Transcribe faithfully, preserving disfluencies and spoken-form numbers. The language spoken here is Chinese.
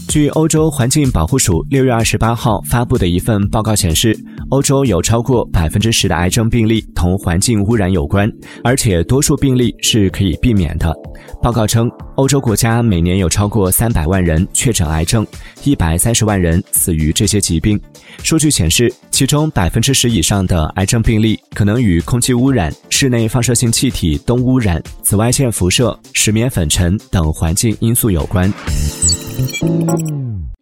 据欧洲环境保护署六月二十八号发布的一份报告显示，欧洲有超过 百分之十 的癌症病例同环境污染有关，而且多数病例是可以避免的。报告称，欧洲国家每年有超过三百万人确诊癌症，一百三十万人死于这些疾病。数据显示，其中 百分之十 以上的癌症病例可能与空气污染、室内放射性气体氡污染、紫外线辐射、石棉粉尘等环境因素有关。